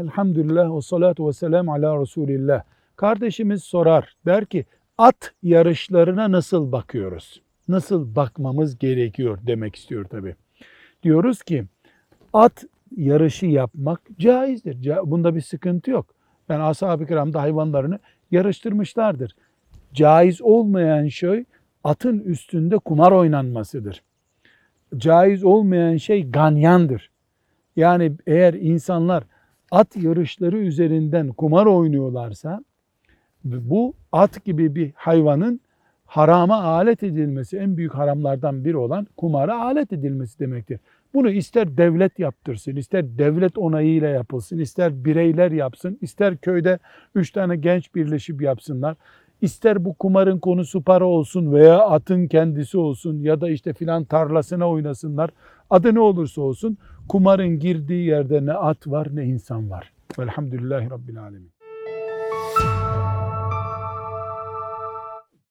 Elhamdülillah ve salatu ve selam ala Resulillah. Kardeşimiz sorar, der ki at yarışlarına nasıl bakıyoruz? Nasıl bakmamız gerekiyor demek istiyor tabii. Diyoruz ki at yarışı yapmak caizdir. Bunda bir sıkıntı yok. Yani ashab-ı kiram da hayvanlarını yarıştırmışlardır. Caiz olmayan şey atın üstünde kumar oynanmasıdır. Caiz olmayan şey ganyandır. Yani eğer insanlar at yarışları üzerinden kumar oynuyorlarsa bu at gibi bir hayvanın harama alet edilmesi, en büyük haramlardan biri olan kumara alet edilmesi demektir. Bunu ister devlet yaptırsın, ister devlet onayıyla yapılsın, ister bireyler yapsın, ister köyde 3 tane genç birleşip yapsınlar. İster bu kumarın konusu para olsun veya atın kendisi olsun ya da işte filan tarlasına oynasınlar. Adı ne olursa olsun kumarın girdiği yerde ne at var ne insan var. Velhamdülillahi Rabbil Alemin.